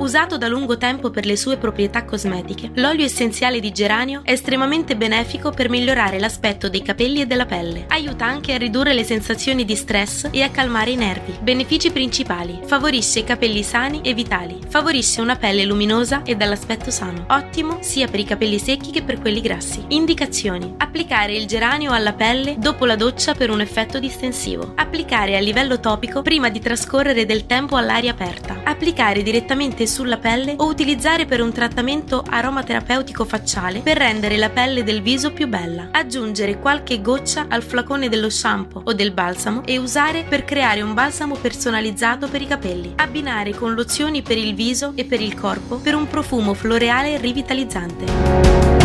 Usato da lungo tempo per le sue proprietà cosmetiche, l'olio essenziale di geranio è estremamente benefico per migliorare l'aspetto dei capelli e della pelle. Aiuta anche a ridurre le sensazioni di stress e a calmare i nervi. Benefici principali: favorisce i capelli sani e vitali, favorisce una pelle luminosa e dall'aspetto sano. Ottimo sia per i capelli secchi che per quelli grassi. Indicazioni: applicare il geranio alla pelle dopo la doccia per un effetto distensivo. Applicare a livello topico prima di trascorrere del tempo all'aria aperta. Applicare direttamente sulla pelle o utilizzare per un trattamento aromaterapeutico facciale per rendere la pelle del viso più bella. Aggiungere qualche goccia al flacone dello shampoo o del balsamo e usare per creare un balsamo personalizzato per i capelli. Abbinare con lozioni per il viso e per il corpo per un profumo floreale rivitalizzante.